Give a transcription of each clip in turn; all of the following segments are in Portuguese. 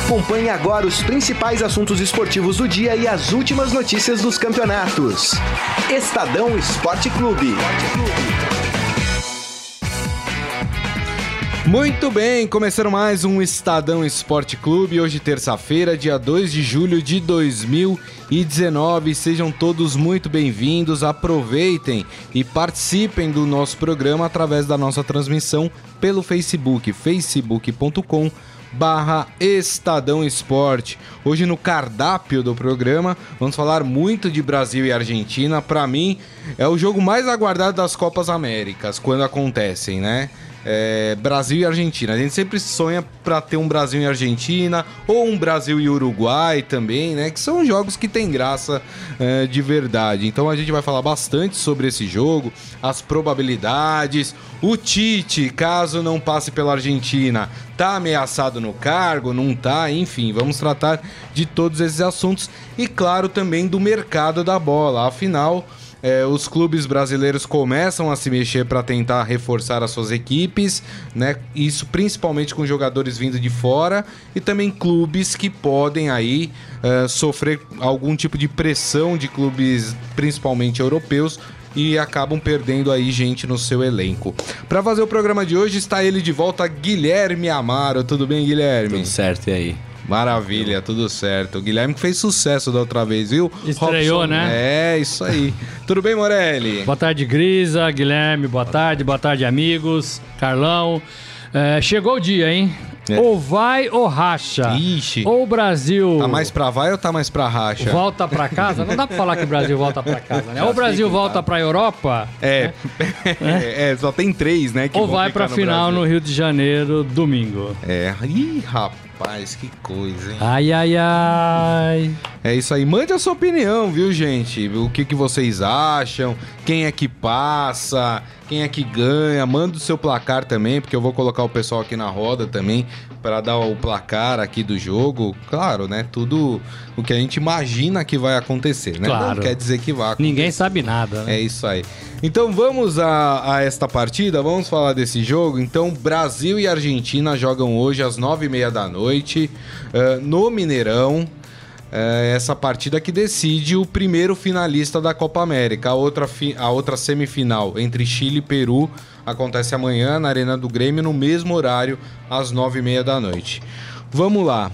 Acompanhe agora os principais assuntos esportivos do dia e as últimas notícias dos campeonatos. Estadão Esporte Clube. Muito bem, começando mais um Estadão Esporte Clube, hoje terça-feira, dia 2 de julho de 2019. Sejam todos muito bem-vindos, aproveitem e participem do nosso programa através da nossa transmissão pelo Facebook, facebook.com/Estadão Esporte. Hoje no cardápio do programa vamos falar muito de Brasil e Argentina. Para mim é o jogo mais aguardado das Copas Américas, quando acontecem, né? Brasil e Argentina. A gente sempre sonha para ter um Brasil e Argentina ou um Brasil e Uruguai também, né? Que são jogos que tem graça de verdade. Então a gente vai falar bastante sobre esse jogo, as probabilidades. O Tite, caso não passe pela Argentina, tá ameaçado no cargo? Não tá? Enfim, vamos tratar de todos esses assuntos e, claro, também do mercado da bola. Afinal, os clubes brasileiros começam a se mexer para tentar reforçar as suas equipes, né? Isso principalmente com jogadores vindo de fora e também clubes que podem aí sofrer algum tipo de pressão de clubes principalmente europeus e acabam perdendo aí gente no seu elenco. Para fazer o programa de hoje está ele de volta, Guilherme Amaro. Tudo bem, Guilherme? Tudo certo, e aí? Maravilha, tudo certo. O Guilherme que fez sucesso da outra vez, viu? Estreou, Robson, né? Isso aí. Tudo bem, Morelli? Boa tarde, Grisa, Guilherme, boa tarde, amigos, Carlão. Chegou o dia, hein? Ou vai ou racha. Ixi. Ou o Brasil... Tá mais pra vai ou tá mais pra racha? Volta pra casa? Não dá pra falar que o Brasil volta pra casa, né? Ou o Brasil volta pra Europa... Só tem 3, né? Que ou vai pra final no Rio de Janeiro, domingo. Ih, rapaz, que coisa, hein? Ai. É isso aí. Mande a sua opinião, viu, gente? O que vocês acham? Quem é que passa? Quem é que ganha? Manda o seu placar também, porque eu vou colocar o pessoal aqui na roda também para dar o placar aqui do jogo. Claro, né? Tudo o que a gente imagina que vai acontecer, né? Claro. Não quer dizer que vai acontecer. Ninguém sabe nada, né? É isso aí. Então vamos a esta partida, vamos falar desse jogo. Então Brasil e Argentina jogam hoje às 9h30 da noite no Mineirão. Essa partida que decide o primeiro finalista da Copa América. A outra semifinal entre Chile e Peru acontece amanhã na Arena do Grêmio, no mesmo horário, às 9h30 da noite. Vamos lá.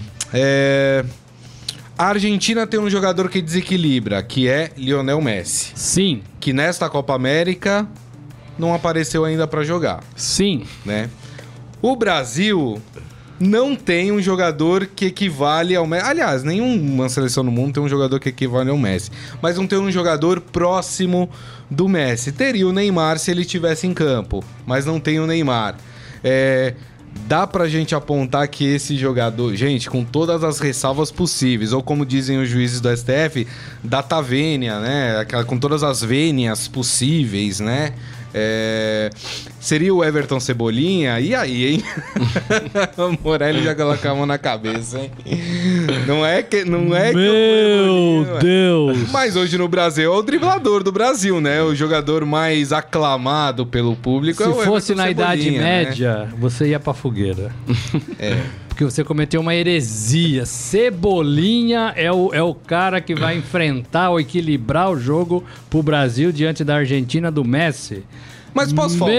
A Argentina tem um jogador que desequilibra, que é Lionel Messi. Sim. Que nesta Copa América não apareceu ainda para jogar. Sim. Né? O Brasil não tem um jogador que equivale ao Messi. Aliás, nenhuma seleção no mundo tem um jogador que equivale ao Messi. Mas não tem um jogador próximo do Messi. Teria o Neymar se ele estivesse em campo, mas não tem o Neymar. Dá pra gente apontar que esse jogador, gente, com todas as ressalvas possíveis, ou como dizem os juízes do STF, data vênia, né? Com todas as vênias possíveis, né? Seria o Everton Cebolinha? E aí, hein? O Morelli já colocou a mão na cabeça, hein? Não é que Meu Deus! Mas hoje no Brasil é o driblador do Brasil, né? O jogador mais aclamado pelo público é o Everton Se fosse na Cebolinha, Idade né? Média, você ia pra fogueira. Porque você cometeu uma heresia. Cebolinha é o cara que vai enfrentar ou equilibrar o jogo pro Brasil diante da Argentina do Messi. Mas posso falar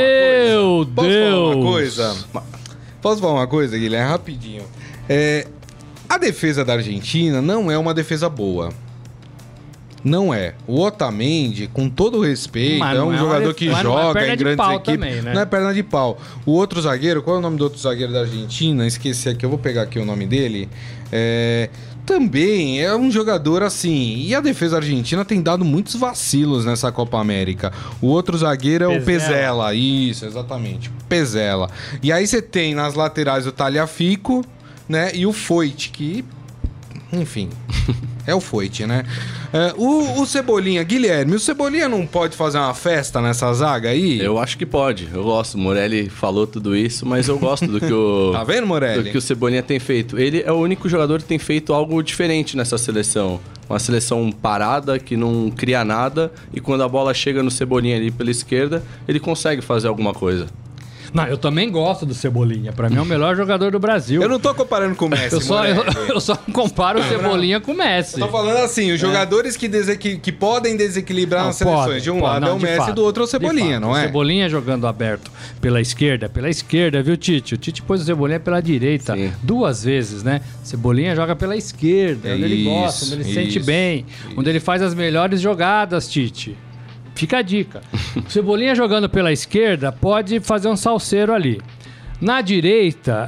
Posso falar uma coisa, Guilherme? Rapidinho. A defesa da Argentina não é uma defesa boa. Não é. O Otamendi, com todo o respeito, é um jogador que joga em grandes equipes. Também, né? Não é perna de pau. O outro zagueiro, qual é o nome do outro zagueiro da Argentina? Esqueci aqui, eu vou pegar aqui o nome dele. Também é um jogador assim. E a defesa argentina tem dado muitos vacilos nessa Copa América. O outro zagueiro é o Pezzella. Isso, exatamente. Pezzella. E aí você tem nas laterais o Tagliafico, né? E o Foyt, que... Enfim... É o Foyt, né? O Cebolinha, Guilherme, o Cebolinha não pode fazer uma festa nessa zaga aí? Eu acho que pode, eu gosto. O Morelli falou tudo isso, mas eu gosto do que o... Tá vendo, Morelli? Do que o Cebolinha tem feito. Ele é o único jogador que tem feito algo diferente nessa seleção. Uma seleção parada, que não cria nada, e quando a bola chega no Cebolinha ali pela esquerda, ele consegue fazer alguma coisa. Não, eu também gosto do Cebolinha. Pra mim é o melhor jogador do Brasil. Eu não tô comparando com o Messi, eu só comparo o Cebolinha com o Messi. Eu tô falando assim, os jogadores que podem desequilibrar nas seleções. De um lado é o Messi, do outro é o Cebolinha, não é? O Cebolinha jogando aberto pela esquerda, viu, Tite? O Tite pôs o Cebolinha pela direita 2 vezes, né? O Cebolinha joga pela esquerda, onde ele gosta, onde ele se sente bem, onde ele faz as melhores jogadas, Tite. Fica a dica. O Cebolinha jogando pela esquerda pode fazer um salseiro ali. Na direita,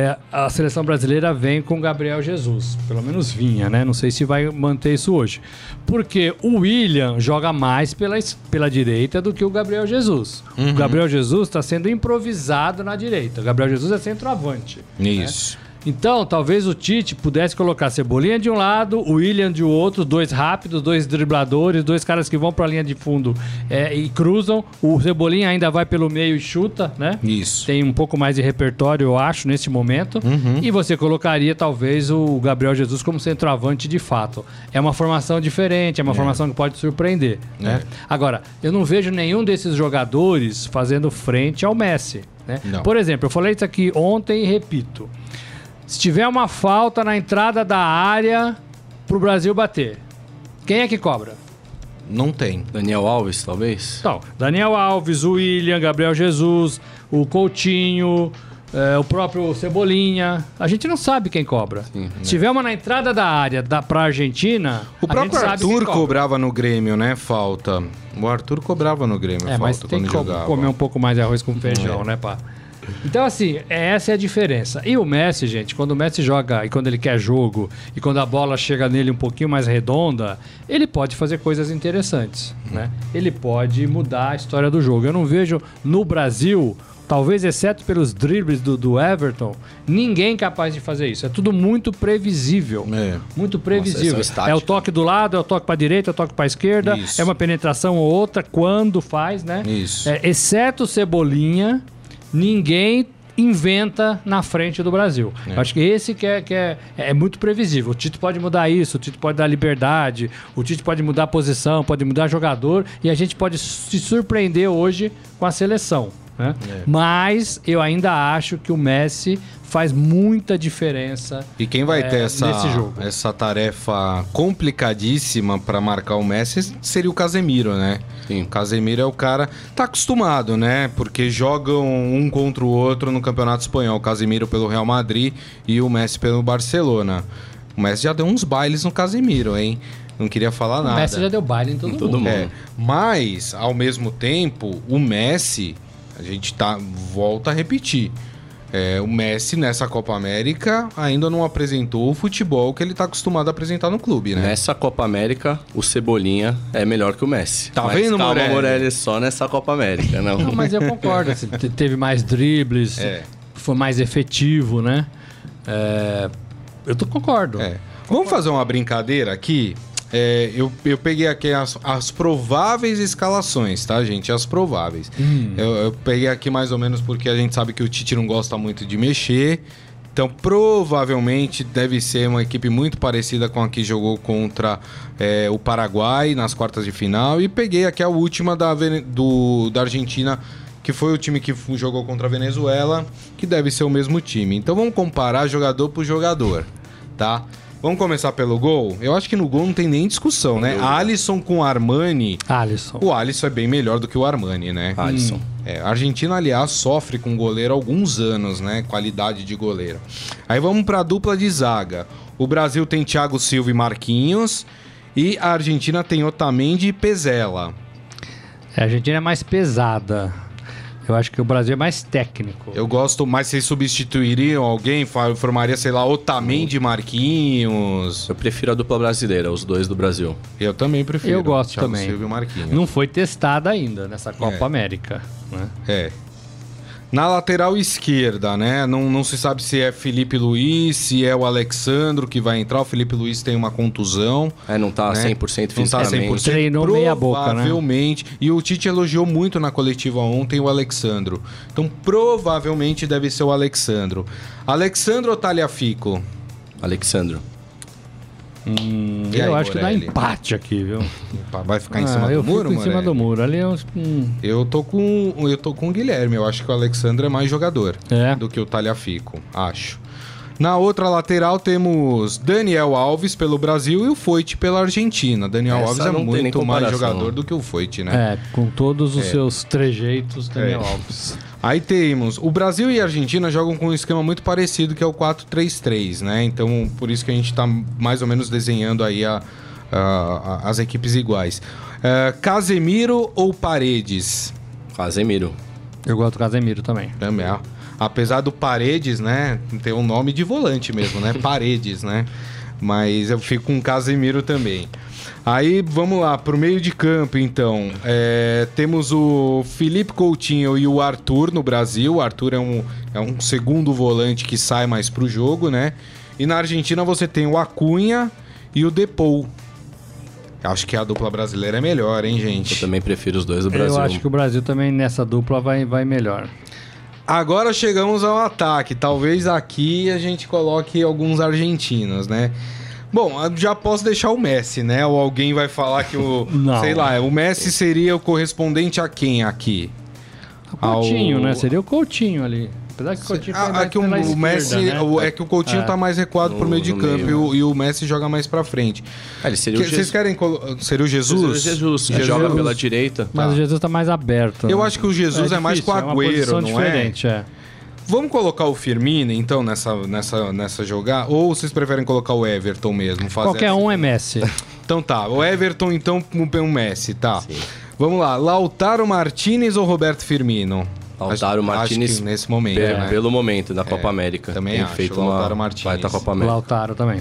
a seleção brasileira vem com o Gabriel Jesus. Pelo menos vinha, né? Não sei se vai manter isso hoje. Porque o William joga mais pela direita do que o Gabriel Jesus. O Gabriel Jesus está sendo improvisado na direita. O Gabriel Jesus é centroavante. Isso. Né? Então, talvez o Tite pudesse colocar Cebolinha de um lado, o William de outro, 2 rápidos, 2 dribladores, 2 caras que vão para a linha de fundo e cruzam. O Cebolinha ainda vai pelo meio e chuta, né? Isso. Tem um pouco mais de repertório, eu acho, nesse momento. E você colocaria, talvez, o Gabriel Jesus como centroavante de fato. É uma formação diferente, é uma formação que pode surpreender. Né? Agora, eu não vejo nenhum desses jogadores fazendo frente ao Messi. Né? Por exemplo, eu falei isso aqui ontem e repito. Se tiver uma falta na entrada da área pro Brasil bater, quem é que cobra? Não tem. Daniel Alves, talvez? Então, Daniel Alves, o William, Gabriel Jesus, o Coutinho, o próprio Cebolinha. A gente não sabe quem cobra. Sim, Se tiver uma na entrada da área pra Argentina, o próprio Arthur cobrava no Grêmio, né? Falta. O Arthur cobrava no Grêmio, falta mas tem quando que jogava. comer um pouco mais de arroz com feijão, né, pá? Então, assim, essa é a diferença. E o Messi, gente, quando o Messi joga e quando ele quer jogo e quando a bola chega nele um pouquinho mais redonda, ele pode fazer coisas interessantes, né? Ele pode mudar a história do jogo. Eu não vejo no Brasil, talvez exceto pelos dribles do Everton, ninguém capaz de fazer isso. É tudo muito previsível. Muito previsível. Nossa, é o toque do lado, é o toque para direita, é o toque para esquerda, é uma penetração ou outra, quando faz, né? Isso. Exceto o Cebolinha, ninguém inventa na frente do Brasil. Eu acho que esse que é muito previsível. O Tite pode mudar isso, o Tite pode dar liberdade, o Tite pode mudar a posição, pode mudar jogador e a gente pode se surpreender hoje com a seleção. Né? Mas eu ainda acho que o Messi faz muita diferença. E quem vai ter nesse jogo. essa tarefa complicadíssima para marcar o Messi seria o Casemiro, né? Sim. O Casemiro é o cara... Tá acostumado, né? Porque jogam um contra o outro no Campeonato Espanhol. O Casemiro pelo Real Madrid e o Messi pelo Barcelona. O Messi já deu uns bailes no Casemiro, hein? Não queria falar nada. O Messi já deu baile em todo mundo. Mas, ao mesmo tempo, o Messi... A gente volta a repetir. O Messi, nessa Copa América, ainda não apresentou o futebol que ele está acostumado a apresentar no clube, né? Nessa Copa América, o Cebolinha é melhor que o Messi. Tá vendo, calma, Morelli? Só nessa Copa América, não. Não, mas eu concordo. Teve mais dribles, foi mais efetivo, né? Eu concordo. Vamos fazer uma brincadeira aqui? Eu peguei aqui as prováveis escalações, tá, gente? As prováveis. Eu peguei aqui mais ou menos porque a gente sabe que o Tite não gosta muito de mexer. Então, provavelmente, deve ser uma equipe muito parecida com a que jogou contra o Paraguai nas quartas de final. E peguei aqui a última da Argentina, que foi o time que jogou contra a Venezuela, que deve ser o mesmo time. Então, vamos comparar jogador por jogador, tá? Vamos começar pelo gol? Eu acho que no gol não tem nem discussão, né? Alisson com Armani. O Alisson é bem melhor do que o Armani, né? Alisson. A Argentina, aliás, sofre com goleiro há alguns anos, né? Qualidade de goleiro. Aí vamos pra dupla de zaga. O Brasil tem Thiago Silva e Marquinhos. E a Argentina tem Otamendi e Pezzella. A Argentina é mais pesada. Eu acho que o Brasil é mais técnico. Eu gosto, mas vocês substituiriam alguém? Formaria, sei lá, Otamendi e Marquinhos? Eu prefiro a dupla brasileira, os dois do Brasil. Eu também prefiro. Eu gosto Thiago também. Silva e Marquinhos. Não foi testada ainda nessa Copa América. Né? Na lateral esquerda, né? Não se sabe se é Felipe Luiz, se é o Alexandro que vai entrar. O Felipe Luiz tem uma contusão. Não tá 100% fisicamente. Não tá 100%. Treinou meia boca, né? Provavelmente. E o Tite elogiou muito na coletiva ontem o Alexandro. Então, provavelmente deve ser o Alexandro. Alexandro ou Tagliafico? Alexandro. E Eu aí, acho que dá Morelli? empate aqui, viu? Vai ficar em cima eu do muro, fico em cima Morelli? do muro. Ali é Eu tô com o Guilherme. Eu acho que o Alexandre é mais jogador do que o Tagliafico, acho. Na outra lateral temos Daniel Alves pelo Brasil e o Foyt pela Argentina. Daniel Essa Alves é não tem nem muito mais comparação. jogador do que o Foyt, né? com todos os seus trejeitos, Daniel Alves. Aí temos... O Brasil e a Argentina jogam com um esquema muito parecido, que é o 4-3-3, né? Então, por isso que a gente tá mais ou menos desenhando aí as equipes iguais. Casemiro ou Paredes? Casemiro. Eu gosto do Casemiro também. Também, apesar do Paredes, né? Tem um nome de volante mesmo, né? Paredes, né? Mas eu fico com o Casemiro também. Aí, vamos lá, pro meio de campo, então. Temos o Felipe Coutinho e o Arthur no Brasil. O Arthur é um segundo volante que sai mais pro jogo, né? E na Argentina você tem o Acunha e o Depou. Acho que a dupla brasileira é melhor, hein, gente? Eu também prefiro os dois do Brasil. Eu acho que o Brasil também nessa dupla vai melhor. Agora chegamos ao ataque. Talvez aqui a gente coloque alguns argentinos, né? Bom, já posso deixar o Messi, né? Ou alguém vai falar que o... Não. Sei lá, o Messi seria o correspondente a quem aqui? O Coutinho, né? Seria o Coutinho ali. Apesar que o Coutinho Aqui pela o esquerda, Messi... né? É que o Coutinho tá mais recuado pro meio de no campo meio. e o Messi joga mais pra frente. Ele seria o Vocês Jesus. querem... Seria o Jesus? Jesus, que joga pela direita. Mas o Jesus tá mais aberto. Eu né? acho que o Jesus é mais com o difícil, Agüero, uma não posição diferente, Vamos colocar o Firmino, então, nessa jogada? Ou vocês preferem colocar o Everton mesmo? Qualquer um é Messi. Então tá, o Everton, então, com o Messi, tá. Sim. Vamos lá, Lautaro Martinez ou Roberto Firmino? Lautaro Martinez acho que nesse momento, né? Pelo momento, da Copa América. Também tem acho, feito Lautaro Martinez. Vai estar Copa América. Lautaro também.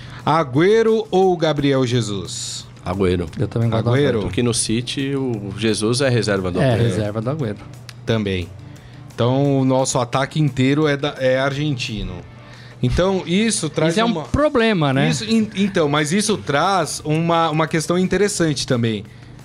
Agüero ou Gabriel Jesus? Agüero. Eu também gosto do Agüero? Porque no City, o Jesus é reserva do É, Agüero. reserva do Agüero. Também. Então, o nosso ataque inteiro é argentino. Então, isso traz Isso é um problema, né? Mas isso traz uma questão interessante também.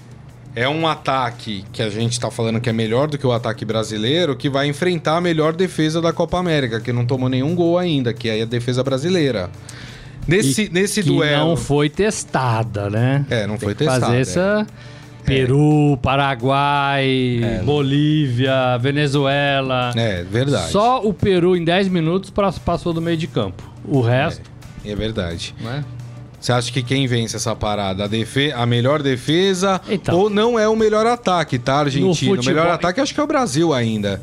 É um ataque que a gente tá falando que é melhor do que o ataque brasileiro, que vai enfrentar a melhor defesa da Copa América, que não tomou nenhum gol ainda, que é a defesa brasileira. Nesse que duelo... não foi testada, né? Não foi Tem que testada. fazer essa... Peru, Paraguai, Bolívia, Venezuela. Verdade. Só o Peru em 10 minutos passou do meio de campo. O resto... É verdade. Né? Você acha que quem vence essa parada? A melhor defesa Então, ou não é o melhor ataque, tá, Argentina? O futebol- melhor ataque acho que é o Brasil ainda.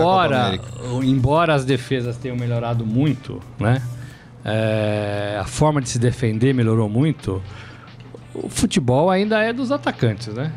Embora as defesas tenham melhorado muito, né? A forma de se defender melhorou muito. O futebol ainda é dos atacantes, né?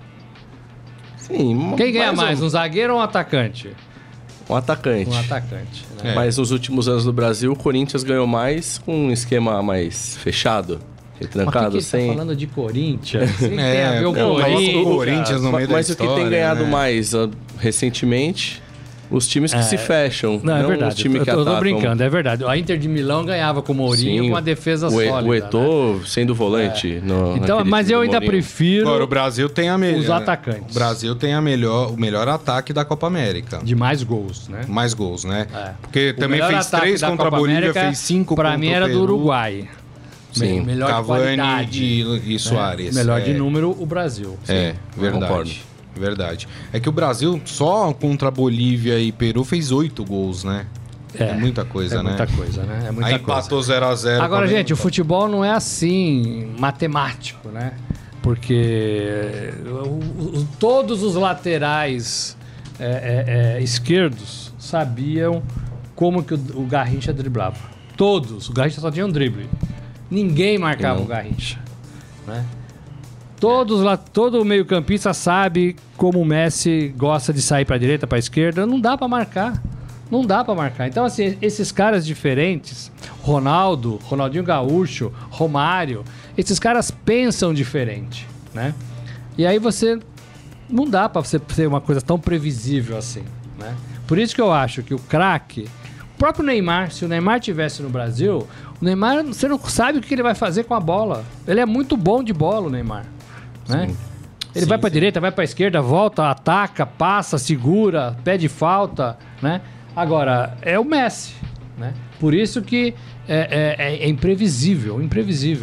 Sim. Quem ganha mais, um zagueiro ou um atacante? Um atacante. Um atacante. Né? Mas nos últimos anos do Brasil, o Corinthians ganhou mais com um esquema mais fechado, retrancado, Mas sem... tá falando de Corinthians? Tem É, a ver o não, mas Corinthians. o Corinthians no meio da Mas o que história, tem ganhado né? mais recentemente, os times que se fecham, Não, é os verdade. times que Eu tô atacam. brincando, é verdade. A Inter de Milão ganhava com o Mourinho Sim, com uma defesa o sólida. O Eto'o sendo volante. Então, naquele mas time eu do ainda Mourinho. prefiro Agora, o Brasil tem a melhor... os atacantes. O Brasil tem o melhor ataque da Copa América. De mais gols, né? Mais gols, né? É. Porque O também melhor fez ataque 3 da contra a Copa Bolívia, América, fez 5 contra pra mim era o Peru. do Uruguai. Sim. Melhor de Cavani qualidade. e Suárez. Melhor de número, o Brasil. Verdade. concordo. Verdade. É que o Brasil, só contra Bolívia e Peru, fez 8 gols, né? É muita coisa, né? Muita coisa, né? É muita Aí coisa. empatou 0x0. Agora, gente, o futebol não é assim matemático, né? Porque todos os laterais esquerdos sabiam como que o Garrincha driblava. Todos. O Garrincha só tinha um drible. Ninguém marcava o Garrincha, né? Todo meio-campista sabe como o Messi gosta de sair para a direita, para a esquerda. Não dá para marcar. Não dá para marcar. Então, assim, esses caras diferentes, Ronaldinho Gaúcho, Romário, esses caras pensam diferente, né? E aí não dá para você ser uma coisa tão previsível assim, né? Por isso que eu acho que o craque, o próprio Neymar, se o Neymar estivesse no Brasil, o Neymar, você não sabe o que ele vai fazer com a bola. Ele é muito bom de bola, o Neymar, né? Ele vai para a direita, vai para a esquerda, volta, ataca, passa, segura, pede falta, né? Agora, é o Messi, né? Por isso que é imprevisível.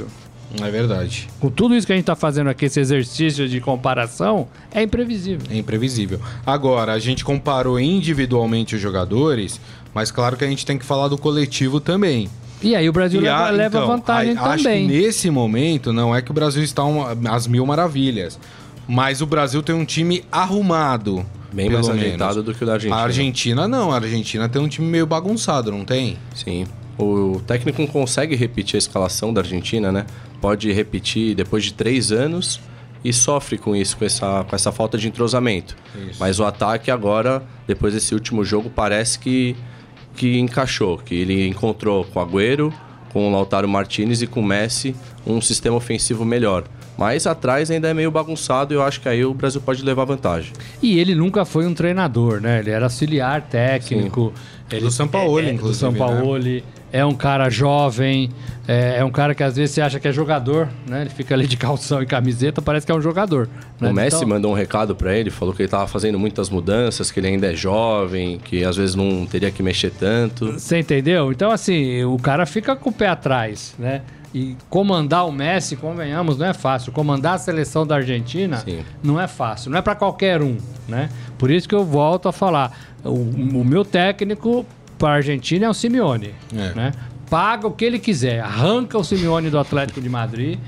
É verdade. Com tudo isso que a gente tá fazendo aqui, esse exercício de comparação, é imprevisível. É imprevisível. Agora, a gente comparou individualmente os jogadores, mas claro que a gente tem que falar do coletivo também. E aí o Brasil leva vantagem também. Acho que nesse momento, não é que o Brasil está às mil maravilhas, mas o Brasil tem um time arrumado. Bem mais ajeitado do que o da Argentina. A Argentina não, a Argentina tem um time meio bagunçado, não tem? Sim. O técnico não consegue repetir a escalação da Argentina, né? Pode repetir depois de 3 anos e sofre com isso, com essa falta de entrosamento. Isso. Mas o ataque agora, depois desse último jogo, parece que encaixou, que ele encontrou com o Agüero, com o Lautaro Martinez e com o Messi um sistema ofensivo melhor. Mas atrás ainda é meio bagunçado e eu acho que aí o Brasil pode levar vantagem. E ele nunca foi um treinador, né? Ele era auxiliar técnico. Ele, do Sampaoli, inclusive. Do Sampaoli. Né? É um cara jovem, é um cara que às vezes você acha que é jogador, né? Ele fica ali de calção e camiseta, parece que é um jogador. Né? O Messi mandou um recado pra ele, falou que ele tava fazendo muitas mudanças, que ele ainda é jovem, que às vezes não teria que mexer tanto. Você entendeu? Então, assim, o cara fica com o pé atrás, né? E comandar o Messi, convenhamos, não é fácil. Comandar a seleção da Argentina não é fácil, não é pra qualquer um, né? Por isso que eu volto a falar, o meu técnico para a Argentina é o Simeone, né? Paga o que ele quiser, arranca o Simeone do Atlético de Madrid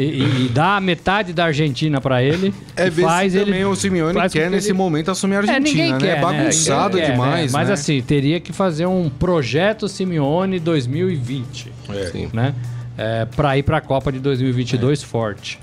e dá metade da Argentina para ele. Faz ele também o Simeone quer nesse momento assumir a Argentina, ninguém né? Quer, é bagunçado demais, né? Mas né? assim, teria que fazer um projeto Simeone 2020, né? Para ir para a Copa de 2022 forte.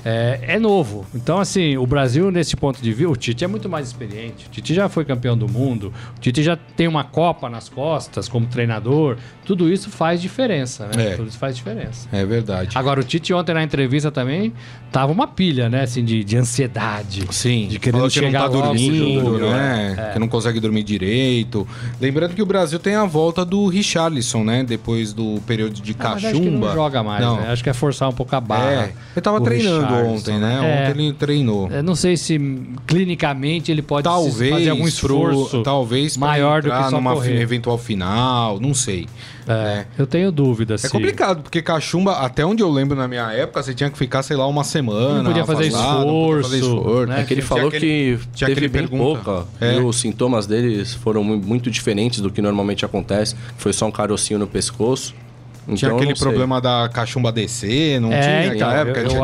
É novo. Então, assim, o Brasil, nesse ponto de vista, o Tite é muito mais experiente. O Tite já foi campeão do mundo. O Tite já tem uma Copa nas costas como treinador. Tudo isso faz diferença, né? Tudo isso faz diferença. É verdade. Agora, o Tite ontem na entrevista também tava uma pilha, né? Assim, de ansiedade. Sim. De querer chegar não tá dormindo, jogo, né? Que não consegue dormir direito. Lembrando que o Brasil tem a volta do Richarlison, né? Depois do período de cachumba. Mas acho que não joga mais, né? Acho que é forçar um pouco a barra. Ele tava treinando ontem, né? Ontem ele treinou. Não sei se clinicamente ele pode fazer algum esforço talvez maior do que só numa correr. eventual final, não sei. Eu tenho dúvidas. É complicado, porque cachumba, até onde eu lembro na minha época, você tinha que ficar, sei lá, uma semana. Não podia fazer esforço. Né? É que ele falou que teve bem pouca. E os sintomas deles foram muito diferentes do que normalmente acontece. Foi só um carocinho no pescoço. Então, tinha aquele problema da cachumba descer, não tinha naquela época? Eu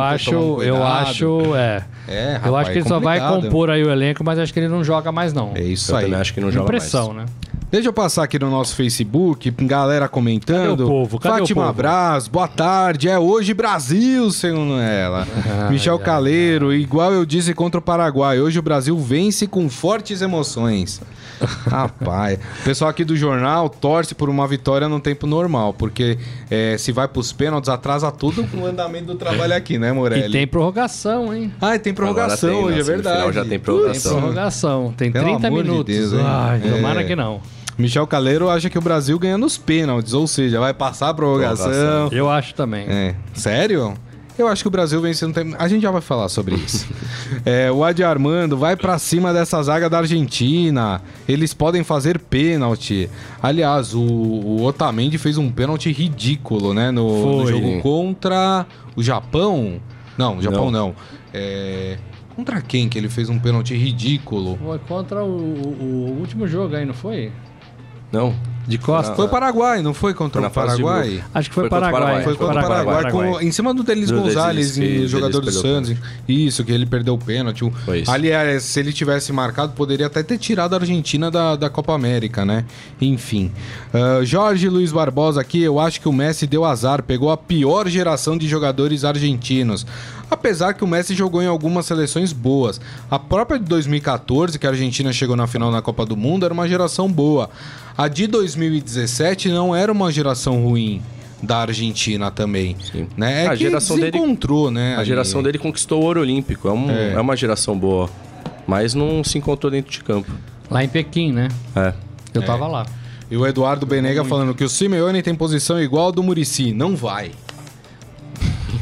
acho que ele só vai compor aí o elenco, mas acho que ele não joga mais, não. É isso aí. Eu também acho que não joga mais. Impressão, né? Deixa eu passar aqui no nosso Facebook, galera comentando. Cadê o povo? Fátima Braz, boa tarde. É hoje Brasil, segundo ela. Michel Caleiro, igual eu disse contra o Paraguai. Hoje o Brasil vence com fortes emoções. Rapaz, o pessoal aqui do jornal torce por uma vitória no tempo normal, porque se vai pros pênaltis, atrasa tudo com o andamento do trabalho aqui, né, Morelli? E tem prorrogação, hein? Tem prorrogação hoje, é verdade. Já tem prorrogação. Tem prorrogação, tem 30 minutos. De Deus, tomara que não. Michel Caleiro acha que o Brasil ganha nos pênaltis, ou seja, vai passar a prorrogação. Eu acho também. Sério? Eu acho que o Brasil vence no tempo. A gente já vai falar sobre isso. O Adi Armando vai pra cima dessa zaga da Argentina. Eles podem fazer pênalti. Aliás, o Otamendi fez um pênalti ridículo, né? No jogo contra o Japão. Não, o Japão não. Contra quem que ele fez um pênalti ridículo? Foi contra o último jogo aí, não foi? Não. De Costa? Foi o Paraguai, não foi contra o Paraguai? Acho que foi Paraguai. Foi contra o Paraguai. Em cima do Delis Gonzalez, jogador do Santos. Isso, que ele perdeu o pênalti. Aliás, se ele tivesse marcado, poderia até ter tirado a Argentina da Copa América, né? Enfim. Jorge Luiz Barbosa aqui, eu acho que o Messi deu azar, pegou a pior geração de jogadores argentinos. Apesar que o Messi jogou em algumas seleções boas. A própria de 2014, que a Argentina chegou na final na Copa do Mundo, era uma geração boa. A de 2017 não era uma geração ruim da Argentina também. Sim. Né? A geração dele encontrou, né? A geração dele conquistou o ouro olímpico. É uma geração boa. Mas não se encontrou dentro de campo. Lá em Pequim, né? Eu tava lá. E o Eduardo Benega falando que o Simeone tem posição igual ao do Muricy. Não vai.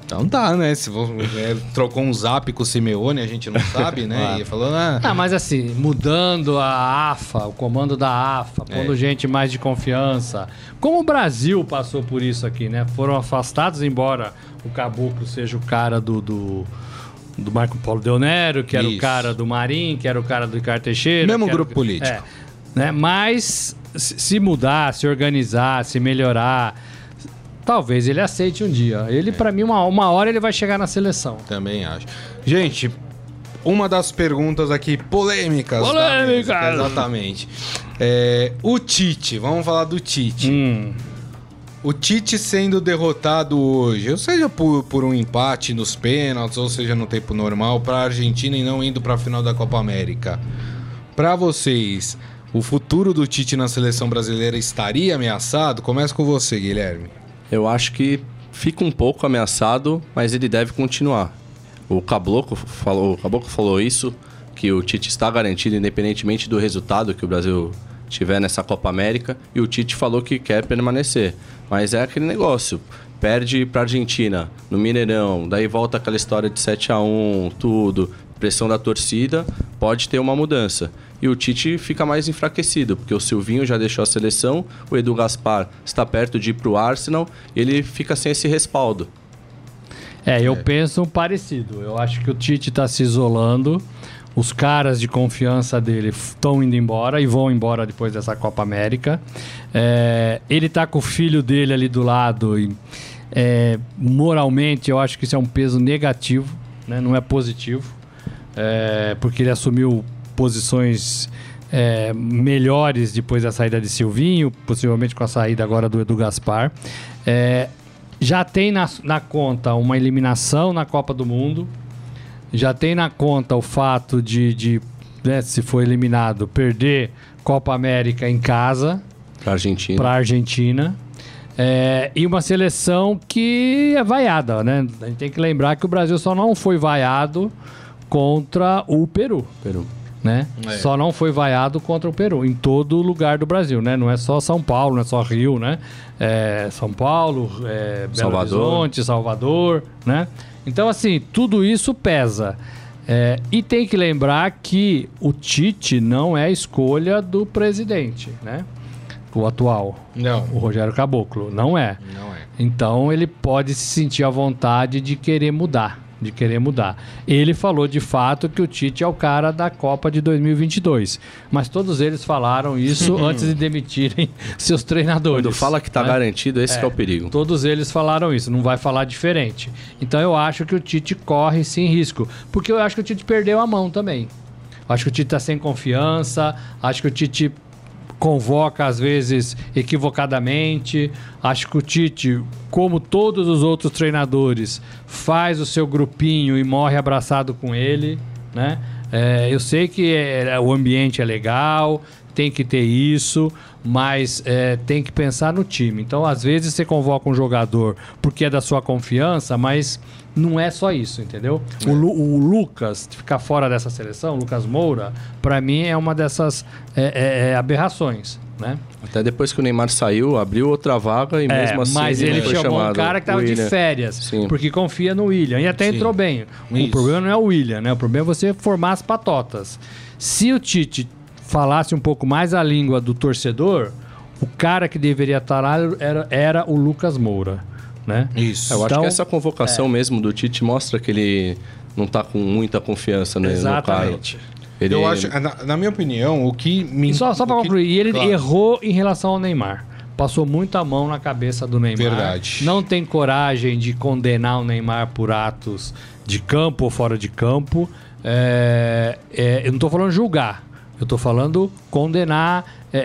Então tá, né? Se você trocou um zap com o Simeone, a gente não sabe, né? Claro. E falou, Mas assim, mudando a AFA, o comando da AFA, pondo gente mais de confiança. Como o Brasil passou por isso aqui, né? Foram afastados, embora o Caboclo seja o cara do Marco Polo Del Nero, que era o cara do Marinho, que era o cara do Ricardo Teixeira. Mesmo grupo político. Né? Mas se mudar, se organizar, se melhorar, talvez ele aceite um dia. Ele, pra mim, uma hora ele vai chegar na seleção. Também acho. Gente, uma das perguntas aqui polêmicas. Polêmicas! Exatamente. O Tite, vamos falar do Tite. O Tite sendo derrotado hoje, ou seja por um empate nos pênaltis, ou seja no tempo normal, para a Argentina e não indo para a final da Copa América. Para vocês, o futuro do Tite na seleção brasileira estaria ameaçado? Começa com você, Guilherme. Eu acho que fica um pouco ameaçado, mas ele deve continuar. O Caboclo falou isso, que o Tite está garantido independentemente do resultado que o Brasil tiver nessa Copa América, e o Tite falou que quer permanecer. Mas é aquele negócio, perde para a Argentina no Mineirão, daí volta aquela história de 7-1, tudo, pressão da torcida, pode ter uma mudança. E o Tite fica mais enfraquecido, porque o Silvinho já deixou a seleção, o Edu Gaspar está perto de ir para o Arsenal, e ele fica sem esse respaldo. Eu penso parecido. Eu acho que o Tite está se isolando, os caras de confiança dele estão indo embora e vão embora depois dessa Copa América. Ele está com o filho dele ali do lado e moralmente eu acho que isso é um peso negativo, né? Não é positivo, porque ele assumiu posições melhores depois da saída de Silvinho, possivelmente com a saída agora do Edu Gaspar. Já tem na conta uma eliminação na Copa do Mundo, já tem na conta o fato de se for eliminado, perder Copa América em casa para a Argentina. E uma seleção que é vaiada, né? A gente tem que lembrar que o Brasil só não foi vaiado contra o Peru. Né? Só não foi vaiado contra o Peru em todo lugar do Brasil, né? Não é só São Paulo, não é só Rio, né? São Paulo, Belo Horizonte, Salvador, né? Então, assim, tudo isso pesa. E tem que lembrar que o Tite não é a escolha do presidente, né? O atual. Não. O Rogério Caboclo. Não é. Então, ele pode se sentir à vontade de querer mudar. Ele falou de fato que o Tite é o cara da Copa de 2022, mas todos eles falaram isso antes de demitirem seus treinadores. Quando fala que está garantido, esse que é o perigo. Todos eles falaram isso, não vai falar diferente. Então eu acho que o Tite corre sim risco, porque eu acho que o Tite perdeu a mão também. Acho que o Tite está sem confiança, acho que o Tite convoca às vezes equivocadamente. Acho que o Tite, como todos os outros treinadores, faz o seu grupinho e morre abraçado com ele, né? Eu sei que o ambiente é legal, tem que ter isso, mas tem que pensar no time. Então, às vezes, você convoca um jogador porque é da sua confiança, mas não é só isso, entendeu? O Lucas, ficar fora dessa seleção, o Lucas Moura, para mim é uma dessas aberrações, né? Até depois que o Neymar saiu, abriu outra vaga e mesmo assim mas ele foi chamou chamado. Um cara que estava de férias, Sim. porque confia no William, e até entrou bem. O problema não é o William, né? O problema é você formar as patotas. Se o Tite falasse um pouco mais a língua do torcedor, o cara que deveria estar lá era o Lucas Moura, né? Isso. Eu acho que essa convocação mesmo do Tite mostra que ele não está com muita confiança no Exatamente. cara. Eu acho, na minha opinião, o que me... Só para concluir, e ele errou em relação ao Neymar. Passou muita mão na cabeça do Neymar. Verdade. Não tem coragem de condenar o Neymar por atos de campo ou fora de campo. Eu não estou falando julgar. Eu estou falando condenar,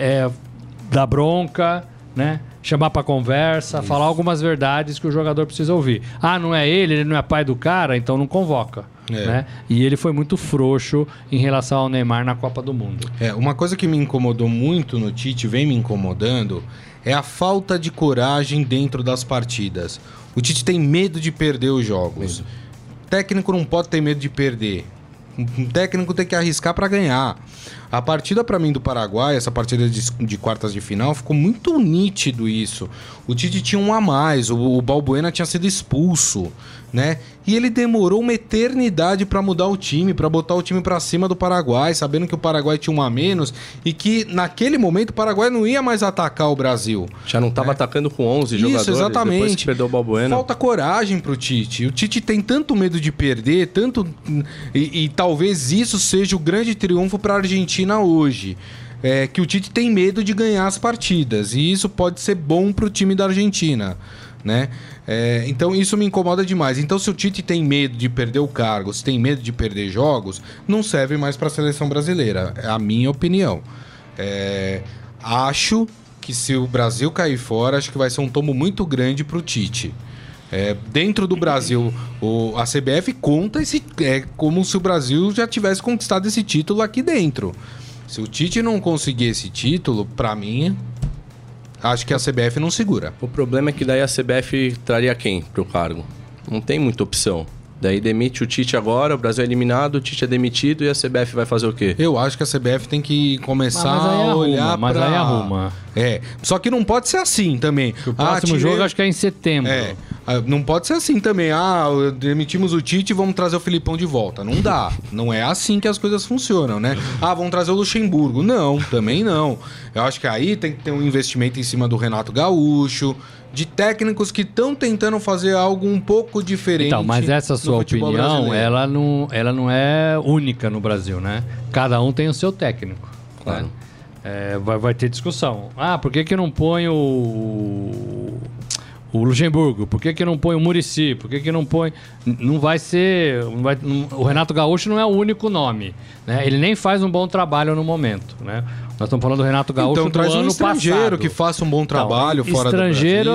dar bronca, né? Chamar para conversa, falar algumas verdades que o jogador precisa ouvir. Não é ele não é pai do cara, então não convoca. Né? E ele foi muito frouxo em relação ao Neymar na Copa do Mundo. Uma coisa que me incomodou muito no Tite, vem me incomodando, é a falta de coragem dentro das partidas. O Tite tem medo de perder os jogos. O técnico não pode ter medo de perder. Um técnico tem que arriscar para ganhar. A partida, pra mim, do Paraguai, essa partida de quartas de final, ficou muito nítido isso. O Tite tinha um a mais, o Balbuena tinha sido expulso, né? E ele demorou uma eternidade pra mudar o time, pra botar o time pra cima do Paraguai, sabendo que o Paraguai tinha um a menos e que naquele momento o Paraguai não ia mais atacar o Brasil. Já não estava atacando com 11 jogadores. Isso, exatamente. Depois que perdeu o Balbuena. Falta coragem pro Tite. O Tite tem tanto medo de perder, e talvez isso seja o grande triunfo pra Argentina hoje. Que o Tite tem medo de ganhar as partidas. E isso pode ser bom pro time da Argentina, né? Então isso me incomoda demais. Então, se o Tite tem medo de perder o cargo, se tem medo de perder jogos, não serve mais para a seleção brasileira. É a minha opinião. Acho que se o Brasil cair fora, acho que vai ser um tombo muito grande para o Tite. Dentro do Brasil, a CBF conta como se o Brasil já tivesse conquistado esse título aqui dentro. Se o Tite não conseguir esse título, para mim, acho que a CBF não segura. O problema é que daí a CBF traria quem pro cargo? Não tem muita opção. Daí demite o Tite agora, o Brasil é eliminado, o Tite é demitido e a CBF vai fazer o quê? Eu acho que a CBF tem que começar a olhar mas aí arruma. Só que não pode ser assim também. O próximo jogo acho que é em setembro. Não pode ser assim também. Demitimos o Tite e vamos trazer o Filipão de volta. Não dá. Não é assim que as coisas funcionam, né? Vamos trazer o Luxemburgo. Não, também não. Eu acho que aí tem que ter um investimento em cima do Renato Gaúcho, de técnicos que estão tentando fazer algo um pouco diferente. Então, mas essa sua opinião, ela não é única no Brasil, né? Cada um tem o seu técnico. Claro. Né? Vai ter discussão. Por que não põe o Luxemburgo? Por que não põe o Muricy? Por que não põe... Não vai ser... o Renato Gaúcho não é o único nome, né? Ele nem faz um bom trabalho no momento, né? Nós estamos falando do Renato Gaúcho então, traz um estrangeiro passado. Que faça um bom trabalho fora do Brasil. Estrangeiro,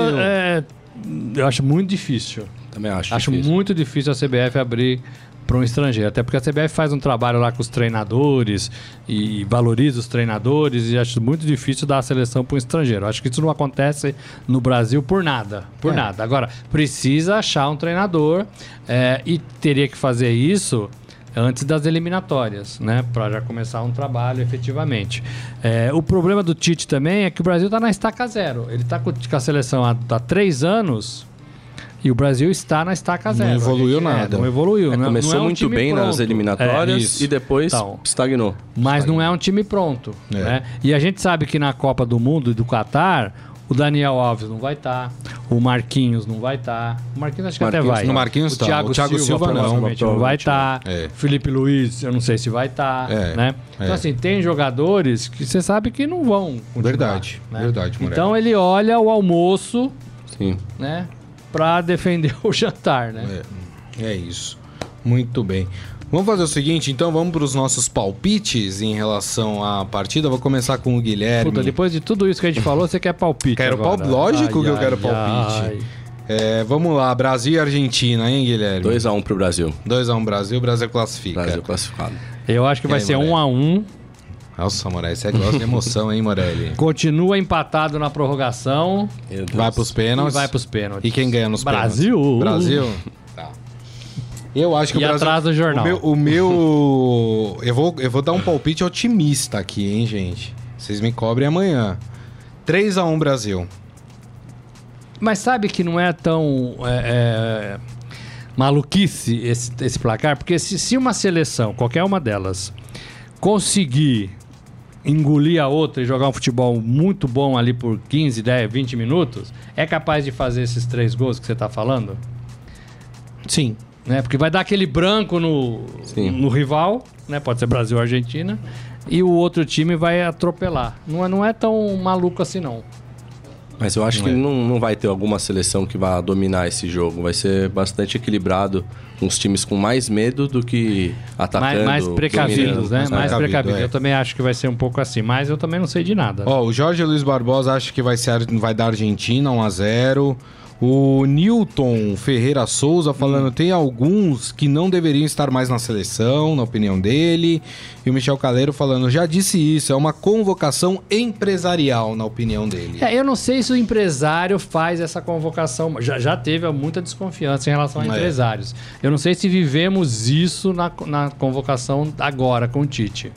eu acho muito difícil. Também acho difícil. Muito difícil a CBF abrir para um estrangeiro. Até porque a CBF faz um trabalho lá com os treinadores e valoriza os treinadores e acho muito difícil dar a seleção para um estrangeiro. Acho que isso não acontece no Brasil por nada. Nada. Agora, precisa achar um treinador e teria que fazer isso antes das eliminatórias, né? Para já começar um trabalho efetivamente. O problema do Tite também é que o Brasil está na estaca zero. Ele está com a seleção há 3 anos e o Brasil está na estaca zero. Não evoluiu nada. Não evoluiu. Começou não é um muito bem pronto. nas eliminatórias e depois estagnou. Mas não é um time pronto. Né? E a gente sabe que na Copa do Mundo e do Catar, o Daniel Alves não vai estar, o Marquinhos não vai estar. O Marquinhos acho que até vai. No Marquinhos o Thiago Silva não vai estar. Felipe Luiz, eu não sei se vai estar. Né? Então, assim, tem jogadores que você sabe que não vão continuar. Verdade, Morelli. Então, ele olha o almoço, né, para defender o jantar, né? É isso. Muito bem. Vamos fazer o seguinte, então vamos para os nossos palpites em relação à partida. Vou começar com o Guilherme. Puta, depois de tudo isso que a gente falou, você quer palpite? Quero palpite. Lógico que eu quero palpite. Vamos lá, Brasil e Argentina, hein, Guilherme? 2-1 pro Brasil. 2-1 Brasil, Brasil classifica. Brasil classificado. Eu acho que vai ser 1-1. Nossa, Morelli, você gosta de emoção, hein, Morelli? Continua empatado na prorrogação. Vai pros pênaltis. E vai pros pênaltis. E quem ganha nos Brasil. pênaltis? Brasil? Tá. Eu acho que o Brasil... atrás do jornal. Eu vou dar um palpite otimista aqui, hein, gente? Vocês me cobrem amanhã. 3-1 Brasil. Mas sabe que não é tão maluquice esse placar? Porque se uma seleção, qualquer uma delas, conseguir engolir a outra e jogar um futebol muito bom ali por 15, 10, 20 minutos, é capaz de fazer esses 3 gols que você está falando? Sim. Né? Porque vai dar aquele branco no rival, né? Pode ser Brasil ou Argentina, e o outro time vai atropelar. Não é tão maluco assim, não. Mas eu acho que não vai ter alguma seleção que vá dominar esse jogo. Vai ser bastante equilibrado, com os times com mais medo do que atacando. Mais precavidos, né? Mais precavidos. Eu também acho que vai ser um pouco assim, mas eu também não sei de nada. O Jorge Luiz Barbosa acha que vai dar Argentina 1-0. O Newton Ferreira Souza falando tem alguns que não deveriam estar mais na seleção, na opinião dele. E o Michel Caleiro falando, já disse isso, é uma convocação empresarial, na opinião dele. Eu não sei se o empresário faz essa convocação. Já teve muita desconfiança em relação a empresários. Eu não sei se vivemos isso na convocação agora com o Tite.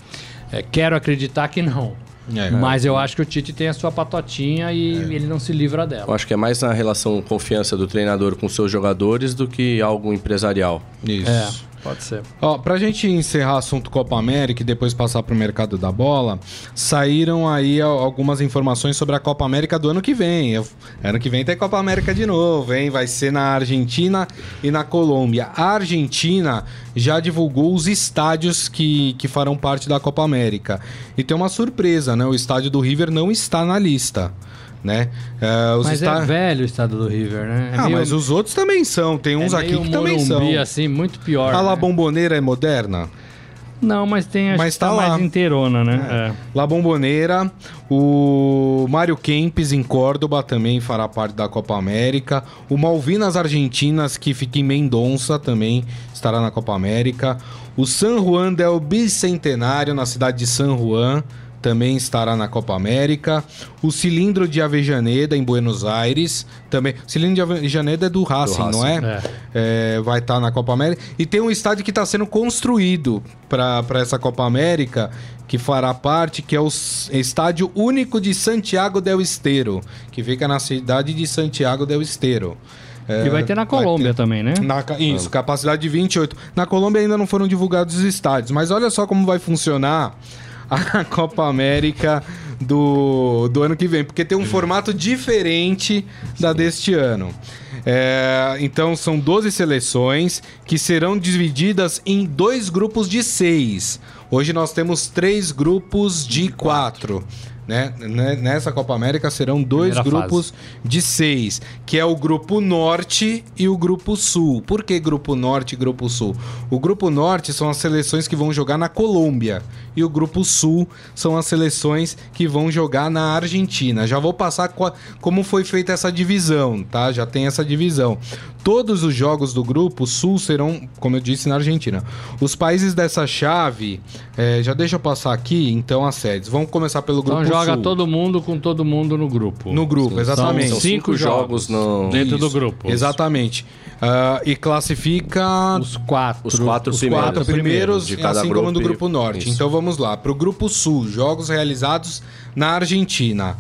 Quero acreditar que não. Mas eu acho que o Tite tem a sua patotinha e ele não se livra dela. Eu acho que é mais na relação confiança do treinador com seus jogadores do que algo empresarial. Isso. Pode ser. Ó, pra gente encerrar o assunto Copa América e depois passar pro mercado da bola, saíram aí algumas informações sobre a Copa América do ano que vem. Ano que vem tem Copa América de novo, hein? Vai ser na Argentina e na Colômbia. A Argentina já divulgou os estádios que farão parte da Copa América. E tem uma surpresa, né? O estádio do River não está na lista. Né? Mas é velho o estado do River, né? Mas os outros também são. Tem uns aqui que também são. Assim, muito pior. A La Bombonera é moderna? Não, mas tem acho que tá lá mais inteirona, né? La Bombonera, o Mário Kempes em Córdoba também fará parte da Copa América. O Malvinas Argentinas, que fica em Mendonça, também estará na Copa América. O San Juan del Bicentenário, na cidade de San Juan, também estará na Copa América. O Cilindro de Avejaneda, em Buenos Aires, também. O Cilindro de Avejaneda é do Racing, não é? Vai estar na Copa América. E tem um estádio que está sendo construído para essa Copa América, que fará parte, que é o Estádio Único de Santiago del Estero, que fica na cidade de Santiago del Estero. E vai ter na Colômbia também, né? Isso, capacidade de 28. Na Colômbia ainda não foram divulgados os estádios, mas olha só como vai funcionar a Copa América do ano que vem, porque tem um formato diferente da deste ano. Então são 12 seleções que serão divididas em 2 grupos de 6. Hoje nós temos 3 grupos de 4. Né? Nessa Copa América serão 2 grupos de 6, que é o Grupo Norte e o Grupo Sul. Por que Grupo Norte e Grupo Sul? O Grupo Norte são as seleções que vão jogar na Colômbia e o Grupo Sul são as seleções que vão jogar na Argentina. Já vou passar como foi feita essa divisão, tá? Já tem essa divisão. Todos os jogos do Grupo Sul serão, como eu disse, na Argentina. Os países dessa chave, já deixa eu passar aqui, então, as sedes. Vamos começar pelo Grupo Sul. Então joga todo mundo com todo mundo no grupo. No grupo, exatamente. São 5 jogos dentro do grupo. Exatamente. E classifica os 4 primeiros de cada assim grupo, como do Grupo Norte. Então vamos lá. Para o Grupo Sul, jogos realizados na Argentina.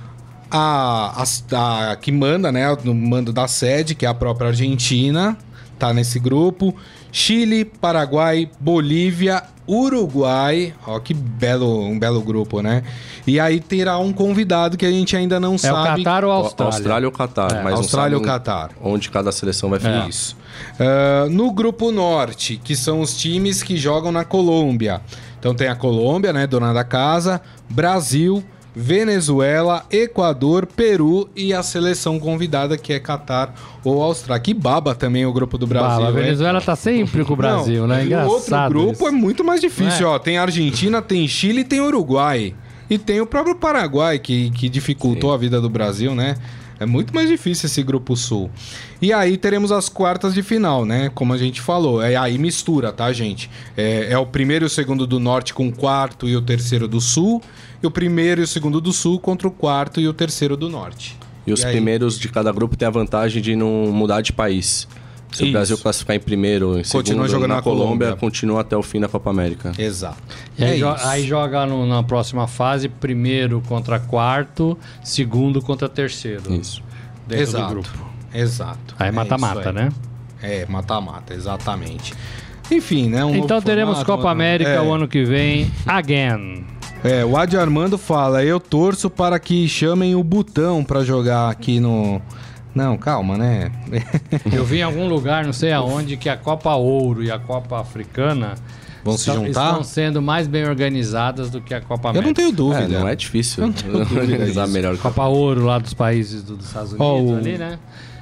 A que manda, né? No mando da sede, que é a própria Argentina, tá nesse grupo. Chile, Paraguai, Bolívia, Uruguai. Ó, que um belo grupo, né? E aí terá um convidado que a gente ainda não sabe. É o Catar ou a Austrália? Austrália ou Catar. Mas Austrália ou Catar. Onde cada seleção vai ficar. Isso. No Grupo Norte, que são os times que jogam na Colômbia. Então tem a Colômbia, né? Dona da casa, Brasil, Venezuela, Equador, Peru e a seleção convidada, que é Catar ou Austrália. Que baba também o grupo do Brasil. A Venezuela tá sempre com o Brasil, né? Engraçado. O outro grupo isso. É muito mais difícil, ó. Tem Argentina, tem Chile e tem Uruguai. E tem o próprio Paraguai, que dificultou a vida do Brasil, né? É muito mais difícil esse Grupo Sul. E aí teremos as quartas de final, né? Como a gente falou. Aí mistura, tá, gente? É o primeiro e o segundo do Norte com o quarto e o terceiro do Sul. E o primeiro e o segundo do Sul contra o quarto e o terceiro do Norte. E os primeiros de cada grupo têm a vantagem de não mudar de país. Se o Brasil classificar em primeiro, em segundo, jogando na Colômbia, continua até o fim da Copa América. Exato. E aí joga na próxima fase, primeiro contra quarto, segundo contra terceiro. Isso. Dentro do grupo. Exato. Aí mata-mata, né? Mata-mata, exatamente. Enfim, né? Então teremos Copa América o ano que vem, again. O Adi Armando fala, eu torço para que chamem o Butão para jogar aqui no... Não, calma, né? Eu vi em algum lugar, não sei aonde, que a Copa Ouro e a Copa Africana vão se juntar? Estão sendo mais bem organizadas do que a Copa América. Eu não tenho dúvida. Não é difícil organizar melhor. Copa Ouro lá dos países dos Estados Unidos ali, né?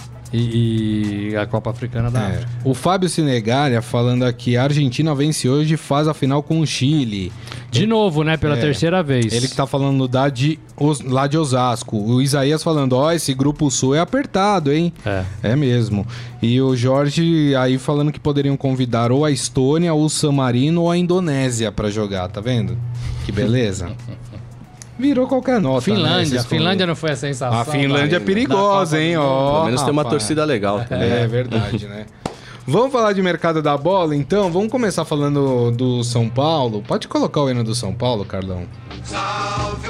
E a Copa Africana da África. O Fábio Sinegalia falando aqui, a Argentina vence hoje e faz a final com o Chile. De novo, né? Pela terceira vez. Ele que tá falando lá de Osasco. O Isaías falando, esse Grupo Sul é apertado, hein? É mesmo. E o Jorge aí falando que poderiam convidar ou a Estônia, ou o San Marino, ou a Indonésia pra jogar, tá vendo? Que beleza. Virou qualquer nota. Finlândia. A Finlândia não foi a sensação. A Finlândia é perigosa, hein? Pelo menos tem uma torcida legal também. É verdade, né? Vamos falar de mercado da bola, então? Vamos começar falando do São Paulo. Pode colocar o hino do São Paulo, Carlão? Tava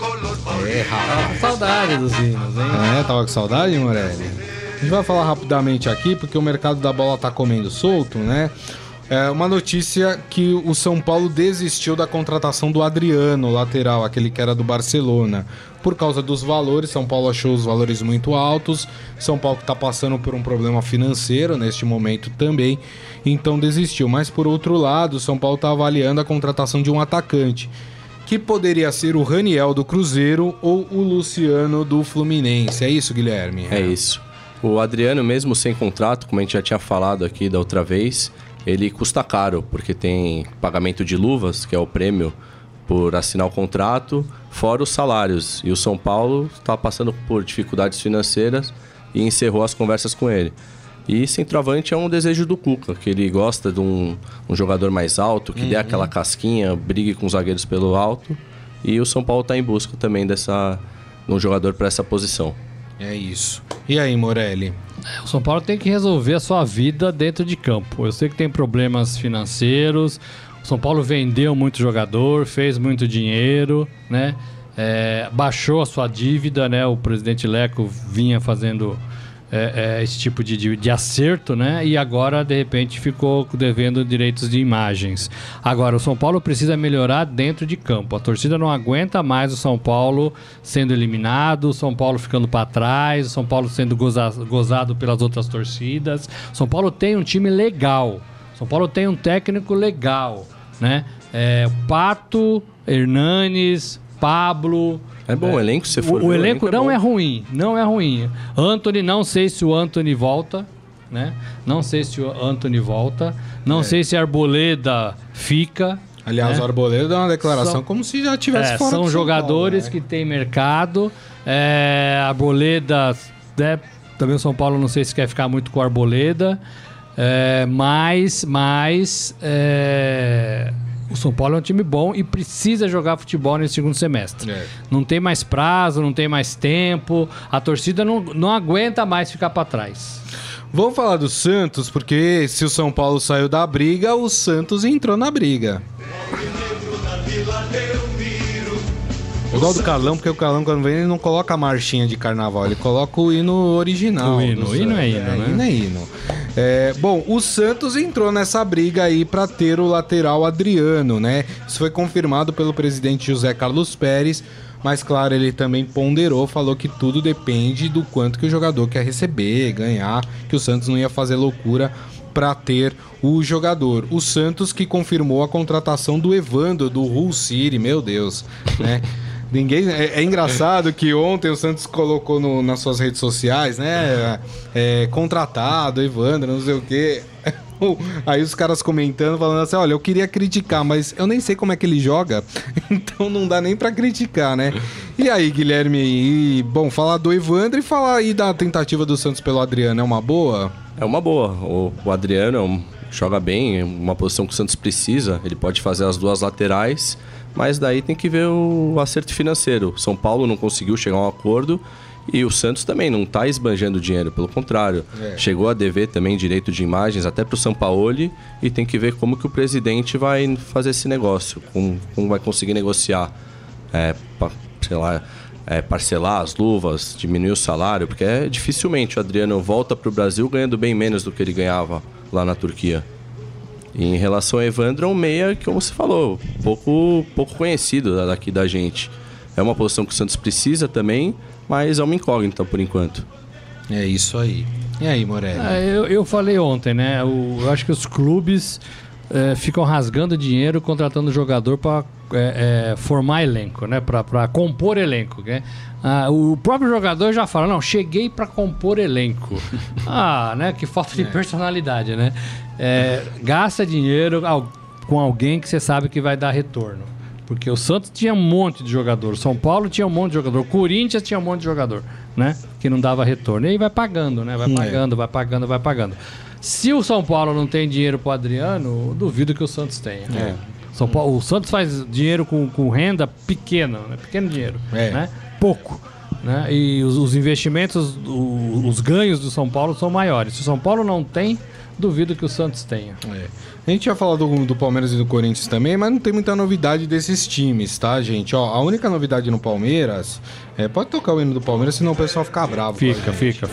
com saudade dos hinos, hein? Tava com saudade, Morelli? A gente vai falar rapidamente aqui, porque o mercado da bola tá comendo solto, né? É uma notícia que o São Paulo desistiu da contratação do Adriano, lateral, aquele que era do Barcelona. Por causa dos valores, São Paulo achou os valores muito altos. São Paulo que está passando por um problema financeiro neste momento também, então desistiu. Mas por outro lado, São Paulo está avaliando a contratação de um atacante, que poderia ser o Raniel do Cruzeiro ou o Luciano do Fluminense. É isso, Guilherme? É isso. O Adriano, mesmo sem contrato, como a gente já tinha falado aqui da outra vez, ele custa caro, porque tem pagamento de luvas, que é o prêmio por assinar o contrato, fora os salários. E o São Paulo está passando por dificuldades financeiras e encerrou as conversas com ele. E centroavante é um desejo do Cuca, que ele gosta de um jogador mais alto, que dê aquela casquinha, brigue com os zagueiros pelo alto. E o São Paulo está em busca também de um jogador para essa posição. É isso. E aí, Morelli? O São Paulo tem que resolver a sua vida dentro de campo. Eu sei que tem problemas financeiros. O São Paulo vendeu muito jogador, fez muito dinheiro, né? Baixou a sua dívida, né? O presidente Leco vinha fazendo esse tipo de acerto, né? E agora, de repente, ficou devendo direitos de imagens. Agora, o São Paulo precisa melhorar dentro de campo. A torcida não aguenta mais o São Paulo sendo eliminado, o São Paulo ficando para trás, o São Paulo sendo gozado pelas outras torcidas. O São Paulo tem um time legal. O São Paulo tem um técnico legal, né? Pato, Hernanes, Pablo... É bom o elenco, se for. O elenco não é ruim, não é ruim. Antony, não sei se o Antony volta, né? Não sei se o Antony volta. Não sei se a Arboleda fica. Aliás, o Arboleda deu uma declaração como se já tivesse fora. São jogadores que têm mercado. A Arboleda, né? Também o São Paulo não sei se quer ficar muito com a Arboleda. Mas o São Paulo é um time bom e precisa jogar futebol nesse segundo semestre. Não tem mais prazo, não tem mais tempo. A torcida não aguenta mais ficar para trás. Vamos falar do Santos, porque se o São Paulo saiu da briga, o Santos entrou na briga. Eu gosto do Carlão, porque o Carlão, quando vem, ele não coloca a marchinha de carnaval, ele coloca o hino original. O hino é hino, né? Hino é hino. Bom, o Santos entrou nessa briga aí para ter o lateral Adriano, né? Isso foi confirmado pelo presidente José Carlos Pérez, mas claro, ele também ponderou, falou que tudo depende do quanto que o jogador quer receber, ganhar, que o Santos não ia fazer loucura para ter o jogador. O Santos que confirmou a contratação do Evandro, do Hull City, meu Deus, né? É engraçado que ontem o Santos colocou nas suas redes sociais, né? Contratado, Evandro, não sei o quê. Aí os caras comentando, falando assim, olha, eu queria criticar, mas eu nem sei como é que ele joga, então não dá nem pra criticar, né? E aí, Guilherme, bom, falar do Evandro e falar aí da tentativa do Santos pelo Adriano, é uma boa? É uma boa. O Adriano joga bem, é uma posição que o Santos precisa, ele pode fazer as duas laterais, mas daí tem que ver o acerto financeiro. São Paulo não conseguiu chegar a um acordo e o Santos também não está esbanjando dinheiro, pelo contrário. Chegou a dever também direito de imagens até para o Sampaoli e tem que ver como que o presidente vai fazer esse negócio, como vai conseguir negociar, parcelar as luvas, diminuir o salário, porque dificilmente o Adriano volta para o Brasil ganhando bem menos do que ele ganhava lá na Turquia. E em relação ao Evandro, é um meia que, como você falou, pouco conhecido daqui da gente. É uma posição que o Santos precisa também, mas é uma incógnita por enquanto. É isso aí. E aí, Morelli? Eu falei ontem, né? Eu acho que os clubes ficam rasgando dinheiro contratando jogador para formar elenco, né? Para compor elenco, né? O próprio jogador já fala, não, cheguei para compor elenco. Né? Que falta de personalidade, né? Gasta dinheiro com alguém que você sabe que vai dar retorno. Porque o Santos tinha um monte de jogador, o São Paulo tinha um monte de jogador, o Corinthians tinha um monte de jogador, né? Que não dava retorno. E aí vai pagando, né? Vai pagando. Se o São Paulo não tem dinheiro pro Adriano, duvido que o Santos tenha. O Santos faz dinheiro com renda pequena, né? Pequeno dinheiro, né? Pouco. Né? E os investimentos, os ganhos do São Paulo são maiores. Se o São Paulo não tem, duvido que o Santos tenha. A gente ia falar do Palmeiras e do Corinthians também, mas não tem muita novidade desses times, tá, gente? Ó, a única novidade no Palmeiras... pode tocar o hino do Palmeiras, senão o pessoal fica bravo. Fica.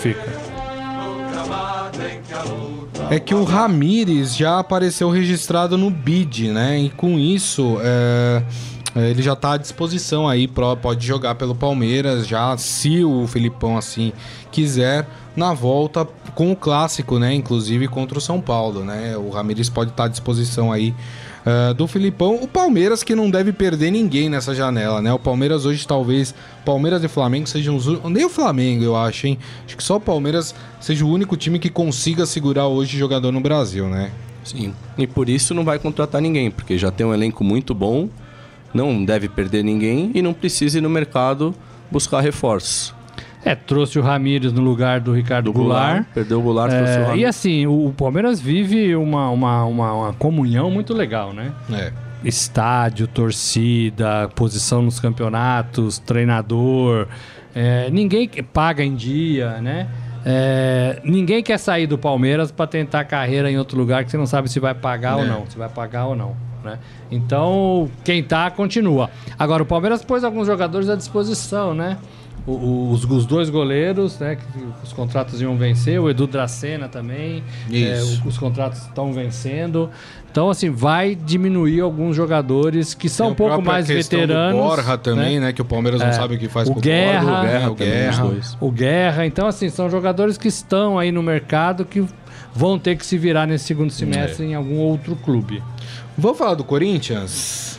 É que o Ramires já apareceu registrado no BID, né? E com isso, ele já tá à disposição aí, pode jogar pelo Palmeiras, já se o Felipão assim quiser, na volta com o clássico, né? Inclusive contra o São Paulo, né? O Ramires pode estar à disposição aí do Felipão. O Palmeiras que não deve perder ninguém nessa janela, né? O Palmeiras hoje talvez, Palmeiras e Flamengo sejam nem o Flamengo, eu acho, hein? Acho que só o Palmeiras seja o único time que consiga segurar hoje jogador no Brasil, né? Sim, e por isso não vai contratar ninguém, porque já tem um elenco muito bom, não deve perder ninguém e não precisa ir no mercado buscar reforços. Trouxe o Ramires no lugar do Ricardo Goulart. Perdeu o Goulart, trouxe o Ramires. E assim, o Palmeiras vive uma comunhão muito legal, né? Estádio, torcida, posição nos campeonatos, treinador. Ninguém paga em dia, né? Ninguém quer sair do Palmeiras para tentar carreira em outro lugar que você não sabe se vai pagar ou não. Se vai pagar ou não. Né? Então, quem continua. Agora, o Palmeiras pôs alguns jogadores à disposição, né? Os dois goleiros, né? Que os contratos iam vencer, o Edu Dracena também. Os contratos estão vencendo. Então, assim, vai diminuir alguns jogadores que são um pouco mais veteranos. O Borja também, né? Que o Palmeiras não sabe o que faz com o Guerra. O Guerra. Então, assim, são jogadores que estão aí no mercado que vão ter que se virar nesse segundo semestre em algum outro clube. Vamos falar do Corinthians?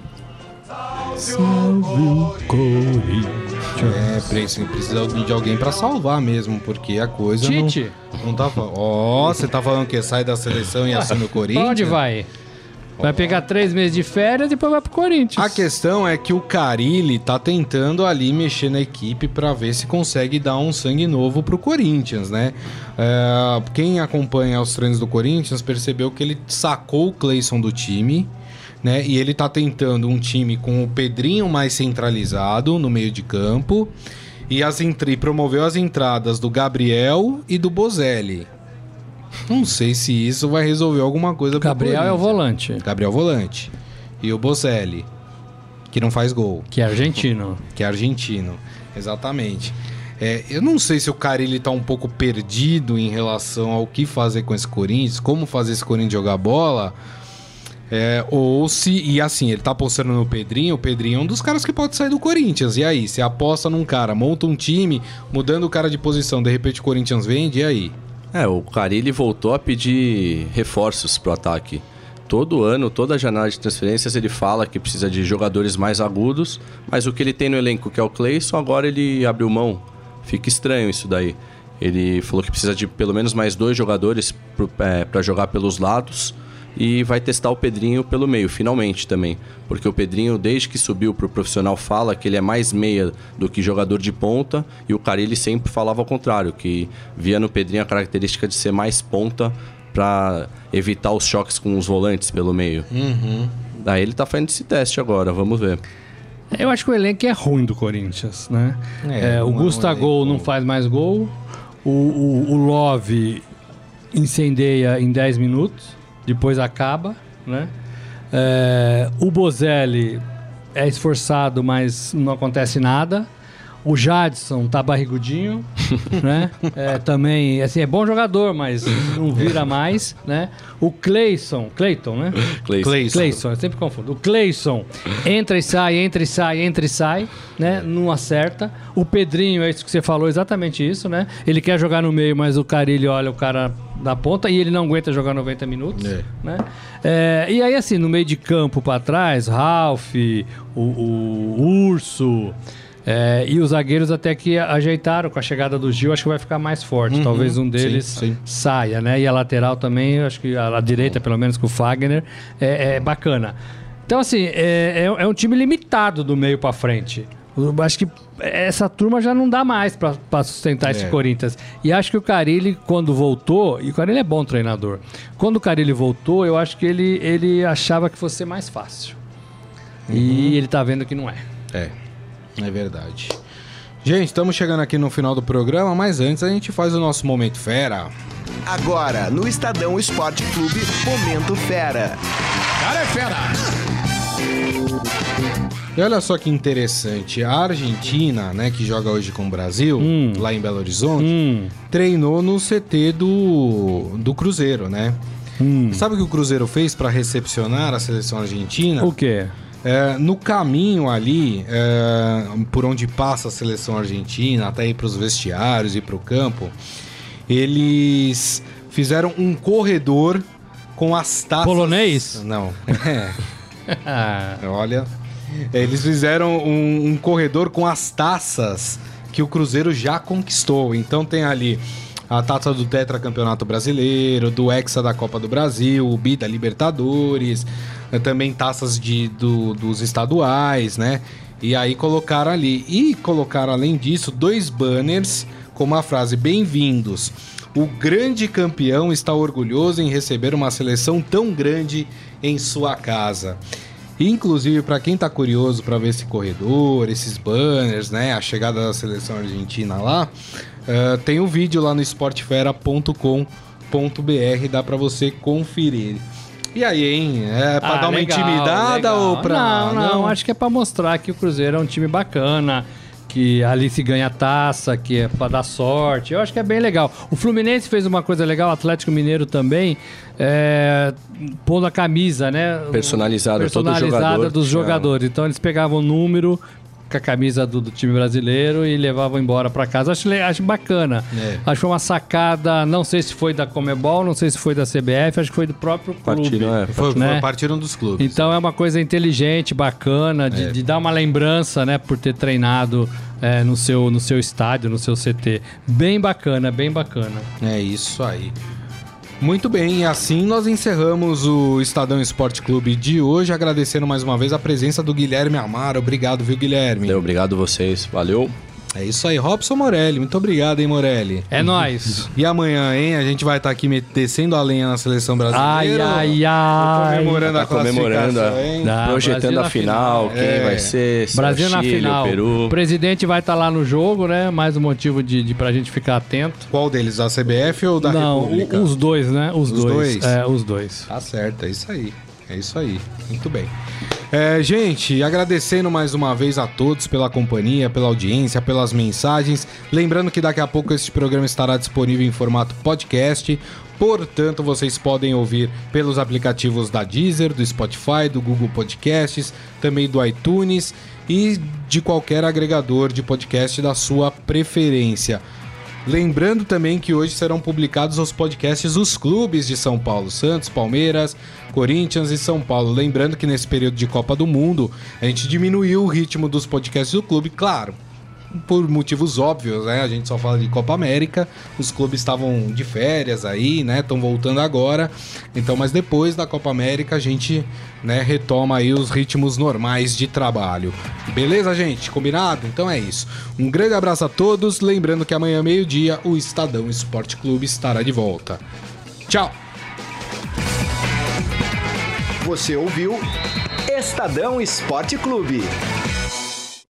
Salve o Corinthians. Precisa de alguém pra salvar mesmo, porque a coisa não tá... você tá falando que sai da seleção e assina o Corinthians? Pra onde vai? Vai pegar 3 meses de férias e depois vai pro Corinthians. A questão é que o Carille tá tentando ali mexer na equipe pra ver se consegue dar um sangue novo pro Corinthians, né? Quem acompanha os treinos do Corinthians percebeu que ele sacou o Cleison do time, né? E ele tá tentando um time com o Pedrinho mais centralizado no meio de campo e promoveu as entradas do Gabriel e do Bozelli. Não sei se isso vai resolver alguma coisa pro Gabriel é o volante. Gabriel volante. E o Bozelli, que não faz gol. Que é argentino. Exatamente. Eu não sei se o Carille tá um pouco perdido em relação ao que fazer com esse Corinthians, como fazer esse Corinthians jogar bola. Ou se... E assim, ele tá apostando no Pedrinho. O Pedrinho é um dos caras que pode sair do Corinthians. E aí? Você aposta num cara, monta um time, mudando o cara de posição, de repente o Corinthians vende, e aí? O Carille voltou a pedir reforços pro ataque. Todo ano, toda janela de transferências, ele fala que precisa de jogadores mais agudos, mas o que ele tem no elenco, que é o Cleison, agora ele abriu mão. Fica estranho isso daí. Ele falou que precisa de pelo menos mais 2 jogadores para jogar pelos lados e vai testar o Pedrinho pelo meio, finalmente também. Porque o Pedrinho, desde que subiu pro profissional, fala que ele é mais meia do que jogador de ponta, e o Carille sempre falava ao contrário, que via no Pedrinho a característica de ser mais ponta para evitar os choques com os volantes pelo meio. Daí ele tá fazendo esse teste agora, vamos ver. Eu acho que o elenco é ruim do Corinthians, né? O Gustavo não faz mais gol, o Love incendeia em 10 minutos, depois acaba, né? O Bozelli é esforçado, mas não acontece nada. O Jadson tá barrigudinho, né? Também, assim, é bom jogador, mas não vira mais, né? O Cleison, né? Cleison, eu sempre confundo. O Cleison entra e sai, né? Não acerta. O Pedrinho, é isso que você falou, exatamente isso, né? Ele quer jogar no meio, mas o Carille olha o cara da ponta e ele não aguenta jogar 90 minutos, né? E aí, assim, no meio de campo pra trás, Ralf, o Urso... e os zagueiros até que ajeitaram com a chegada do Gil, acho que vai ficar mais forte. Talvez um deles saia, né? E a lateral também, acho que a direita, pelo menos com o Fagner, é bacana. Então, assim, é um time limitado do meio pra frente. Eu acho que essa turma já não dá mais pra sustentar esse Corinthians. E acho que o Carille, quando voltou, e o Carille é bom treinador, quando o Carille voltou, eu acho que ele achava que fosse mais fácil. E ele tá vendo que não é. É verdade. Gente, estamos chegando aqui no final do programa, mas antes a gente faz o nosso Momento Fera. Agora, no Estadão Esporte Clube, Momento Fera. Cara é fera! E olha só que interessante, a Argentina, né, que joga hoje com o Brasil, lá em Belo Horizonte, treinou no CT do Cruzeiro, né? Sabe o que o Cruzeiro fez para recepcionar a seleção argentina? O quê? No caminho ali, por onde passa a seleção argentina, até ir para os vestiários e para o campo, eles fizeram um corredor com as taças... Polonês? Não. Olha, eles fizeram um corredor com as taças que o Cruzeiro já conquistou. Então tem ali a taça do Tetracampeonato Brasileiro, do Hexa da Copa do Brasil, o Bi da Libertadores, também taças dos estaduais, né? E aí colocaram ali. E colocaram, além disso, 2 banners com uma frase: bem-vindos. O grande campeão está orgulhoso em receber uma seleção tão grande em sua casa. Inclusive, para quem tá curioso para ver esse corredor, esses banners, né, a chegada da seleção argentina lá, tem um vídeo lá no esportefera.com.br, dá para você conferir. E aí, hein? É pra dar uma legal, intimidada legal. ou pra... Não, acho que é pra mostrar que o Cruzeiro é um time bacana, que ali se ganha taça, que é pra dar sorte. Eu acho que é bem legal. O Fluminense fez uma coisa legal, o Atlético Mineiro também, pondo a camisa, né? Personalizada todo jogador, dos jogadores. Então eles pegavam o número com a camisa do time brasileiro e levavam embora pra casa. Acho bacana. Acho que foi uma sacada, não sei se foi da Conmebol, não sei se foi da CBF, acho que foi do próprio clube. Partiram dos clubes. Então é uma coisa inteligente, bacana, de dar uma lembrança, né, por ter treinado no seu estádio, no seu CT. Bem bacana, bem bacana. É isso aí. Muito bem, e assim nós encerramos o Estadão Esporte Clube de hoje, agradecendo mais uma vez a presença do Guilherme Amaro. Obrigado, viu, Guilherme? Obrigado a vocês, valeu. É isso aí, Robson Morelli, muito obrigado, hein, Morelli? É nóis. E amanhã, hein, a gente vai estar aqui descendo a lenha na seleção brasileira. Ai. Comemorando a classificação, hein? Projetando a final, quem vai ser, Brasil Chile, na final. Peru. O presidente vai estar lá no jogo, né? Mais um motivo pra gente ficar atento. Qual deles, da CBF ou da República? Os dois, né? Os dois. Os dois. Tá certo, é isso aí. É isso aí, muito bem. Gente, agradecendo mais uma vez a todos pela companhia, pela audiência, pelas mensagens. Lembrando que daqui a pouco este programa estará disponível em formato podcast. Portanto, vocês podem ouvir pelos aplicativos da Deezer, do Spotify, do Google Podcasts, também do iTunes e de qualquer agregador de podcast da sua preferência. Lembrando também que hoje serão publicados os podcasts dos clubes de São Paulo: Santos, Palmeiras, Corinthians e São Paulo. Lembrando que nesse período de Copa do Mundo, a gente diminuiu o ritmo dos podcasts do clube, claro, por motivos óbvios, né? A gente só fala de Copa América, os clubes estavam de férias aí, né? Estão voltando agora. Então, mas depois da Copa América a gente, né, retoma aí os ritmos normais de trabalho. Beleza, gente? Combinado? Então é isso. Um grande abraço a todos. Lembrando que amanhã, meio-dia, o Estadão Esporte Clube estará de volta. Tchau! Você ouviu Estadão Esporte Clube.